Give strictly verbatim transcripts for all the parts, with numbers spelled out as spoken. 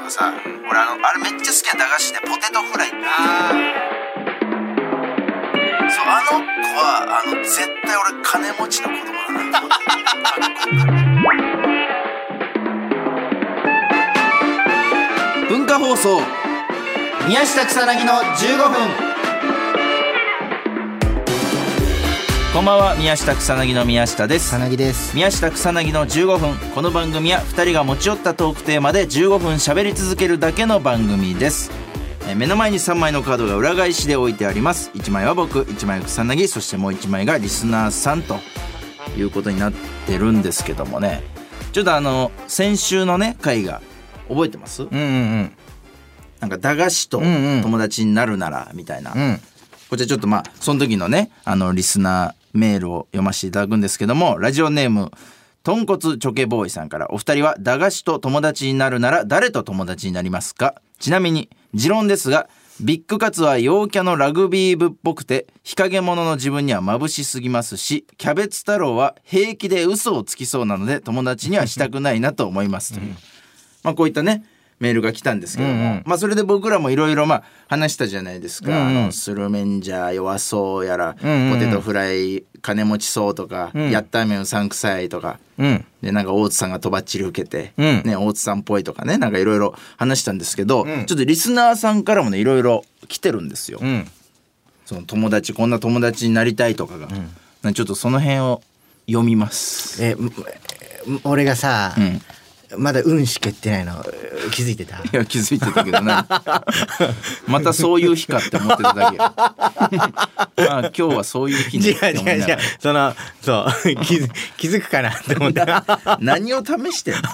かさ、俺あのあれめっちゃ好きな駄菓子でポテトフライ。あそうあの子はあの絶対俺金持ちの子供だな。文化放送宮下草薙のじゅうごふん。こんばんは、宮下草薙の宮下です。 草薙です。 宮下草薙のじゅうごふん。この番組はふたりが持ち寄ったトークテーマでじゅうごふん喋り続けるだけの番組です。え目の前にさんまいのカードが裏返しで置いてあります。いちまいは僕、いちまい草薙、そしてもういちまいがリスナーさんということになってるんですけどもね、ちょっとあの先週のね回が覚えてます？うんうんうん。なんか駄菓子と友達になるならみたいな、うんうん、こちらちょっとまあその時のねあのリスナーメールを読ませていただくんですけども、ラジオネームとんこつチョケボーイさんから、お二人は駄菓子と友達になるなら誰と友達になりますか？ちなみに持論ですが、ビッグカツは陽キャのラグビー部っぽくて日陰者の自分には眩しすぎますし、キャベツ太郎は平気で嘘をつきそうなので友達にはしたくないなと思いますという、うん、まあこういったねメールが来たんですけども、うんうん、まあそれで僕らもいろいろまあ話したじゃないですか、うんうん、あのスルメンジャー弱そうやら、うんうん、ポテトフライ金持ちそうとか、うん、やったーめんうさんくさいとか、うん、でなんか大津さんがとばっちり受けて、うんね、大津さんっぽいとかね、なんかいろいろ話したんですけど、うん、ちょっとリスナーさんからもねいろいろ来てるんですよ、うん、その友達こんな友達になりたいとかが、うん、ちょっとその辺を読みます。 え俺がさ、うんまだ運しか言ってないの気づいてた？いや気づいてたけどねまたそういう日かって思ってただけまあ今日はそういう日ねって思いながら、違う違う違う、 そのそう気づ、気づくかなって思った何を試してんの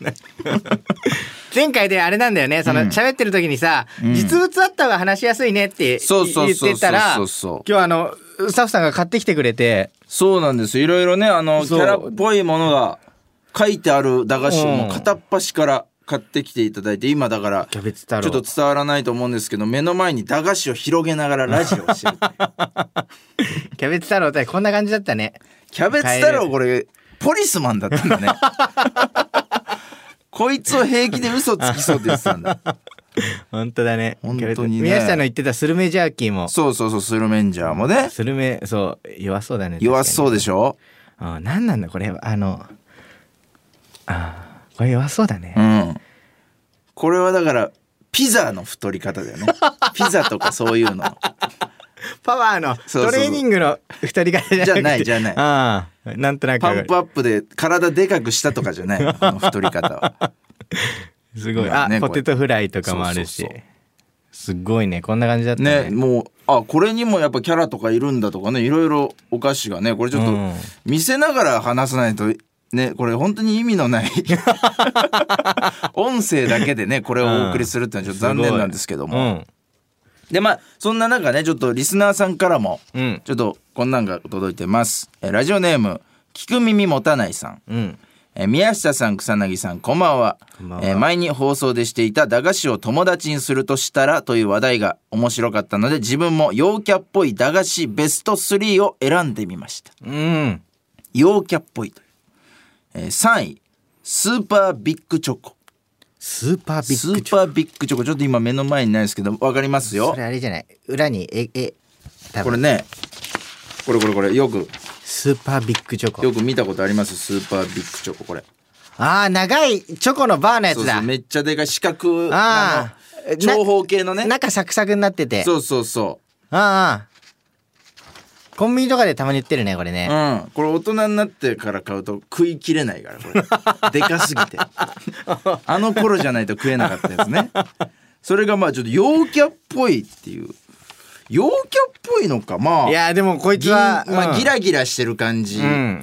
前回であれなんだよね、その喋ってる時にさ、うん、実物あった方が話しやすいねって言ってたら、今日あのスタッフさんが買ってきてくれて。 そうなんですよ、いろいろねあのキャラっぽいものが書いてある駄菓子をもう片っ端から買ってきていただいて、今だからちょっと伝わらないと思うんですけど、目の前に駄菓子を広げながらラジオをしてるキャベツ太郎ってこんな感じだったね。 キャベツ太郎これポリスマンだったんだねこいつを平気で嘘つきそうって言ってたんだ本当だね。 本当にね。 宮下の言ってたスルメジャーキーもそうそうそう、スルメンジャーもね、 スルメそう弱そうだね。 弱そうでしょ。 あ、なんなんだこれ、あのあこれ弱そうだね、 うん、これはだからピザの太り方だよねピザとかそういうのパワーのトレーニングの太り方じゃないじゃないああなんとなくパンプアップで体でかくしたとかじゃないこの太り方はすごい、あ、ね、ポテトフライとかもあるし、そうそうそう、すごいね、こんな感じだった ね, ねもうあこれにもやっぱキャラとかいるんだとかね、いろいろお菓子がね、これちょっと見せながら話さないとね、これ本当に意味のない音声だけでねこれをお送りするってのはちょっと残念なんですけども、うん、でまあそんな中ねちょっとリスナーさんからもちょっとこんなんが届いてます、うん、ラジオネーム聞く耳持たないさん、うん、え宮下さん草薙さんこんばんは。こんばんは。え前に放送でしていた駄菓子を友達にするとしたらという話題が面白かったので、自分も陽キャっぽい駄菓子ベストスリーを選んでみました、うん、陽キャっぽいとさんいスーパービッグチョコ。 スーパービッグチョコ、 スーパービッグチョコちょっと今目の前にないですけど分かりますよ。 それあれじゃない、裏にええこれね、これこれこれよくスーパービッグチョコよく見たことあります。スーパービッグチョコ、これあー長いチョコのバーのやつだ。そうそう、 めっちゃでかい四角あの長方形のね、 中サクサクになってて、 そうそうそう、 ああコンビニとかでたまに売ってるねこれね、 うん、これ大人になってから買うと食い切れないからこれでかすぎてあの頃じゃないと食えなかったやつねそれがまあちょっと陽キャっぽいっていう、陽キャっぽいのか、まあいやでもこいつは、 まあ、うん、ギラギラしてる感じ、うん、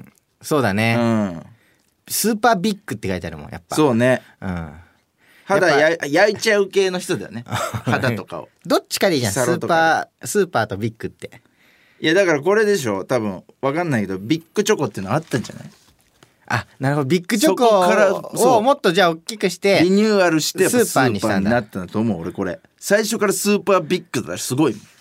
そうだね、 うん、 スーパービッグって書いてあるもんやっぱ。 そうね、うん、肌や焼いちゃう系の人だよね肌とかをどっちかでいいじゃん、スーパースーパーとビッグって。 いやだからこれでしょ、多分分かんないけどビッグチョコっていうのあったんじゃない？ あ、なるほど、ビッグチョコをもっとじゃあ大きくしてリニューアルしてスーパーにしたんだ。なったんだと思う俺。これ最初からスーパービッグだしすごい。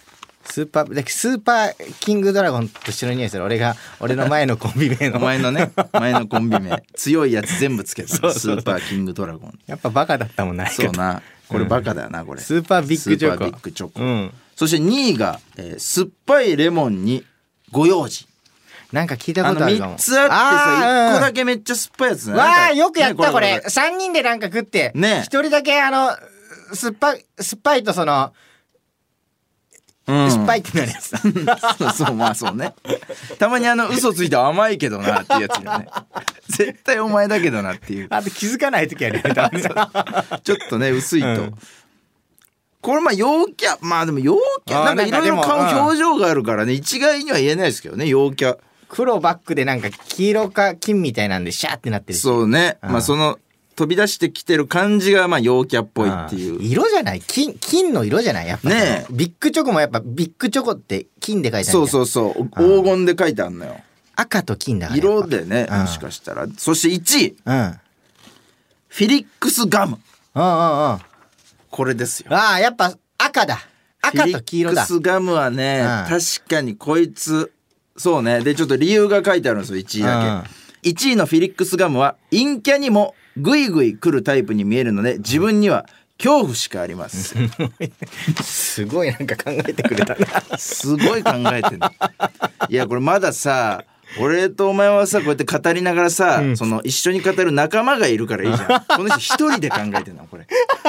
スーパーだスーパーキングドラゴンと一緒の匂いする。俺が俺の前のコンビ名のお前のね前のコンビ名強いやつ全部つけたスーパーキングドラゴン。 やっぱバカだったもんな。 そうな、これバカだよなこれ、 スーパービッグチョコ。 スーパービッグチョコ、 うん、 そしてにいが、えー、酸っぱいレモンにご用心。 なんか聞いたことあるかも。 みっつあってさ、いっこだけめっちゃ酸っぱいやつね。 わあよくやった、ね、これ, これさんにんでなんか食ってね、ひとりだけあの酸っぱい酸っぱいとその、うん、酸っぱいってなるやつそうそう、まあそうね。たまにあの嘘ついて甘いけどなっていうやつよね。絶対お前だけどなっていう。 あと気づかない時あるよねちょっとね薄いと、うん、これまあ陽キャ、まあでも陽キャなんかいろいろ顔表情があるからね、一概には言えないですけどね。陽キャ黒バックでなんか黄色か金みたいなんでシャーってなってるし。 そうね、まあその飛び出してきてる感じがまあ陽キャっぽいっていう。 色じゃない、金金の色じゃないやっぱね。ビッグチョコもやっぱビッグチョコって金で書いてある。 そうそうそう黄金で書いてあるのよ。 赤と金だから色でね、もしかしたら。そしていちい、うん、フィリックスガム。 うんうんうん、 これですよ。 ああやっぱ赤だ、赤と黄色だ。 フィリックスガムはね、うん、確かにこいつそうね。でちょっと理由が書いてあるんですよ、いちいだけ、うん、いちいのフィリックスガムは陰キャにもグイグイ来るタイプに見えるので自分には恐怖しかあります。 すごいなんか考えてくれたな。 すごい考えてる。いやこれまださ、俺とお前はさこうやって語りながらさ、うん、その一緒に語る仲間がいるからいいじゃん。この人一人で考えてるのこれ。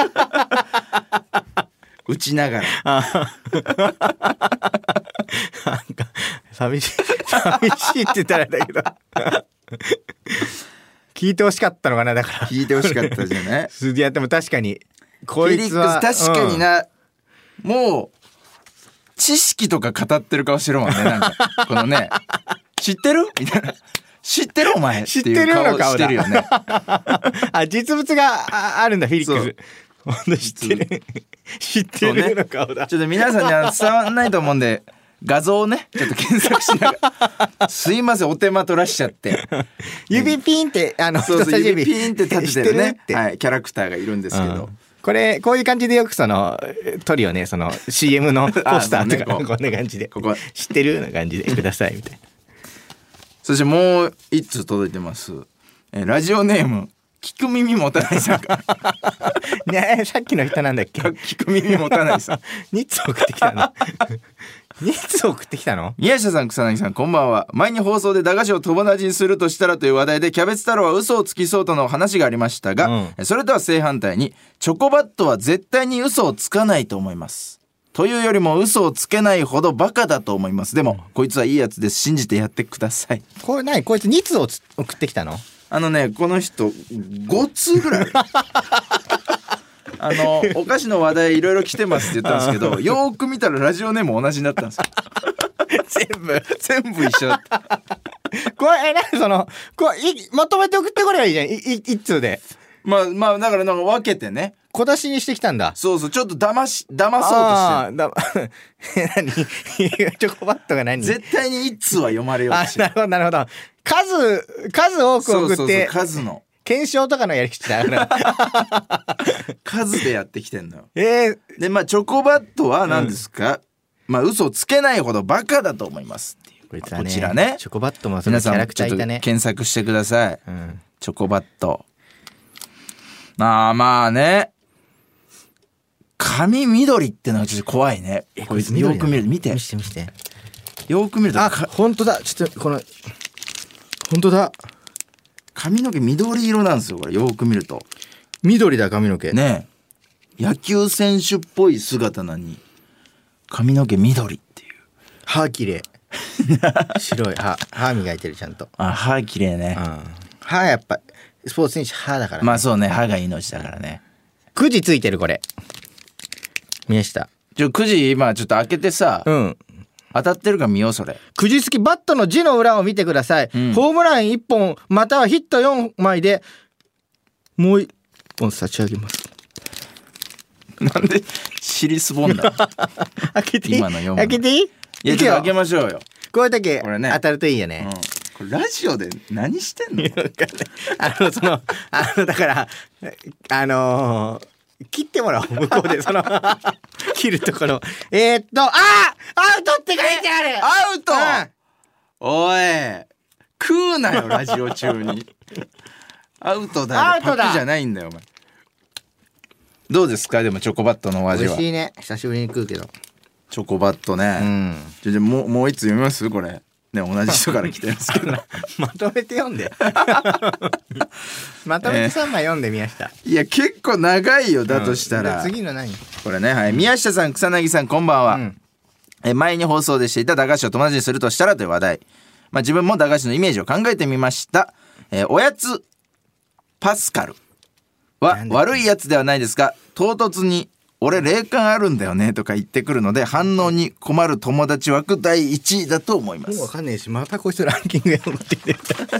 打ちながら。 なんか寂しい寂しいって言ったらだけど。聞いてほしかったのかな。だから聞いてほしかったじゃない。 いやでも確かにこいつは確かにな、うん、もう知識とか語ってる顔してるもんね。なんかこのね知ってるみたいな、知ってるお前っていう顔してるよね。 あ実物があるんだフィリックス。知ってる知ってるの顔だ、 ね、ちょっと皆さんには伝わらないと思うんで画像をねちょっと検索しながらすいませんお手間取らしちゃって指ピンってあのそうそう指ピンって立ててるね、はい、キャラクターがいるんですけど、うん、 これこういう感じでよくその撮るよね、その シーエム のポスターとか、ね、こんな感じでここ知ってるな感じでくださいみたいな。 そしてもう一通届いてます。えラジオネーム聞く耳持たないさんかねえさっきの人なんだっけ。 聞く耳持たないさんにつ送ってきたのにつ送ってきたの。 宮下さん草薙さんこんばんは。前に放送で駄菓子を友達にするとしたらという話題でキャベツ太郎は嘘をつきそうとの話がありましたが、うん、それとは正反対にチョコバットは絶対に嘘をつかないと思います。というよりも嘘をつけないほどバカだと思います。でも、うん、こいつはいいやつです。信じてやってください。 これ何こいつにつを送ってきたの。 あのねこの人ごつうぐらいあのお菓子の話題いろいろ来てますって言ったんですけどよーく見たらラジオネーム同じになったんですよ。 全部全部一緒だった。 これえなそのこれいまとめて送ってこればいいじゃん。いい一通で。 まあまあだからなんか分けてね小出しにしてきたんだ。 そうそうちょっと騙し騙そうとしてる。 何チョコバットが何絶対に一通は読まれようとしてる。 あなるほどなるほど。数数多く送ってそうそうそう数の検証とかのやり口だから数でやってきてんのよ。 えー、 でまあチョコバットは何ですか、うん、まあ嘘をつけないほどバカだと思いますっていう。 こ, ね、こちらねチョコバットもそのキャラクターいたね。 皆さんちょっと検索してください、うん、チョコバット。あーまあね髪緑ってのはちょっと怖いね。こいつよく見る見て見して見してよく見るとあ本当だちょっとこの本当だ髪の毛緑色なんですよこれよく見ると。 緑だ髪の毛ねえ野球選手っぽい姿なのに髪の毛緑っていう。 歯綺麗白い歯歯磨いてるちゃんと。 あ歯綺麗ね、うん、 歯やっぱスポーツ選手歯だから、ね、 まあそうね歯が命だからね。 くじついてるこれ見ました。 ちょくじ今ちょっと開けてさ、うん当たってるか見ようそれ。 くじ付きバットの字の裏を見てください、うん、ホームランいっぽんまたはヒットよんまいでもういっぽん差し上げます。 なんで尻すぼんだ開けていい今のよん開けていい。 いやちょっと開けましょうよ。 これだけ当たるといいよね、 うん、これラジオで何してんのあのそのあのだからあのー切ってもらおう向こうでその切るところえー、っとあーアウトって書いてあるアウト、 うん、 おい食うなよラジオ中にアウトだよアウトだパクじゃないんだよお前。どうですかでもチョコバットのお味は。 美味しいね久しぶりに食うけどチョコバットね、うん、じゃじゃもうもう一つ読みますこれね同じ人から来てるんですけどまとめて読んでまとめてさんまい読んで宮下、 えー、いや結構長いよだとしたら、 うん、次の何これね、はい、宮下さん草薙さんこんばんは、うん、え前に放送でしていた駄菓子を友達にするとしたらという話題、まあ、自分も駄菓子のイメージを考えてみました、えー、おやつパスカルは悪いやつではないですが唐突に俺霊感あるんだよねとか言ってくるので反応に困る友達枠だいいちいだと思います。 もうわかんねえしまたこいつランキングやろうってきて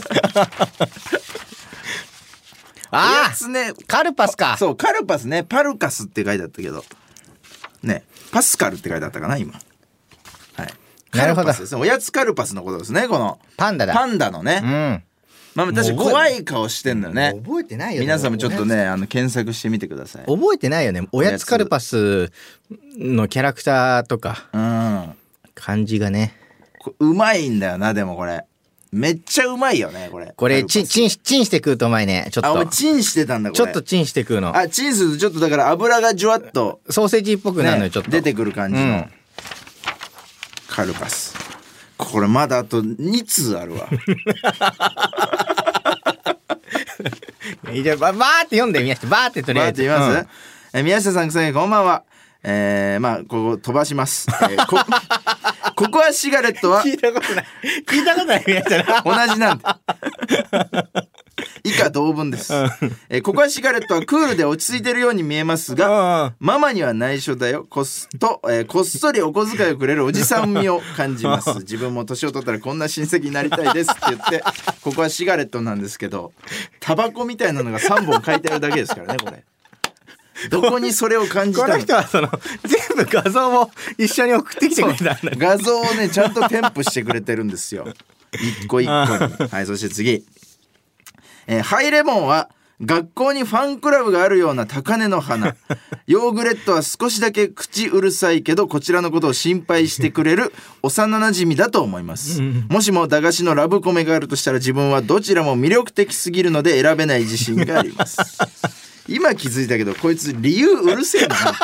ああ、ね、カルパスか。 そうカルパスねパルカスって書いてあったけどねパスカルって書いてあったかな今。はいなるほどおやつカルパスのことですねこのパンダだパンダのね、うんまあ、確かに怖い顔してんだよね。 覚えてないよね。 皆さんもちょっとねあの検索してみてください。 覚えてないよね。おやつカルパスのキャラクターとか、うん、感じがねうまいんだよな。でもこれめっちゃうまいよねこれ。 これチンチンチンして食うとうまいね。ちょっとあお前チンしてたんだこれ。 ちょっとチンして食うの。 あチンするとちょっとだから油がじゅわっとソーセージっぽくなるのよ、ね、ちょっと出てくる感じの、うん、カルパス。これまだあとにつあるわじゃあバーって読んでみましたバーってとりあえずバーって言います、うん、え宮下さん草薙こんばんは。えー、まあここ飛ばします、えー、こココアシガレットは聞いたことない聞いたことない宮下な同じなんで以下同文です、うんえー、ココアシガレットはクールで落ち着いてるように見えますが、うん、ママには内緒だよこっと、えー、こっそりお小遣いをくれるおじさん味を感じます自分も年を取ったらこんな親戚になりたいですって言ってここはシガレットなんですけどタバコみたいなのがさんぼん書いてあるだけですからねこれどこにそれを感じたの。 この人はその全部画像も一緒に送ってきてくれたんだ。 画像をねちゃんと添付してくれてるんですよ一個一個に。はいそして次、えー、ハイレモンは学校にファンクラブがあるような高嶺の花ヨーグレットは少しだけ口うるさいけどこちらのことを心配してくれる幼なじみだと思いますもしも駄菓子のラブコメがあるとしたら自分はどちらも魅力的すぎるので選べない自信があります今気づいたけどこいつ理由うるせえな終わ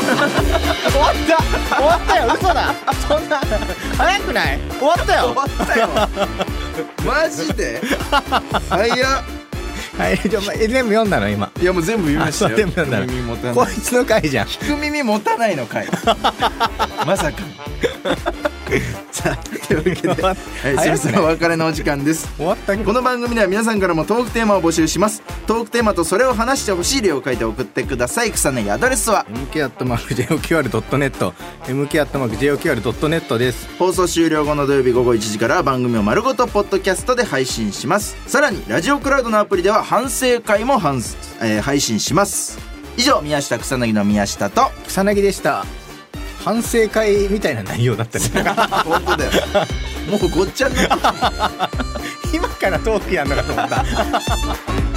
った終わったよ嘘だそんな早くない終わったよ終わったよマジで早っはい、じゃあ全部読んだの今。 いやもう全部読みましたよ。 全部読んだの。耳持たない。こいつの回じゃん。 聞く耳持たないの回。まさか。さあというわけで、はい、そろそろお別れのお時間です。 終わったけど。 この番組では皆さんからもトークテーマを募集します。トークテーマとそれを話してほしい例を書いて送ってください。草薙アドレスはエムケーアットマークジェイオーキューアールドットネット エムケーアットマークジェイオーキューアールドットネット です。 放送終了後の土曜日午後いちじから番組を丸ごとポッドキャストで配信します。さらにラジオクラウドのアプリでは反省会も反、えー、配信します。以上宮下草薙の宮下と草薙でした。反省会みたいな内容だったね本当だよもうごっちゃになって今からトークやんのかと思った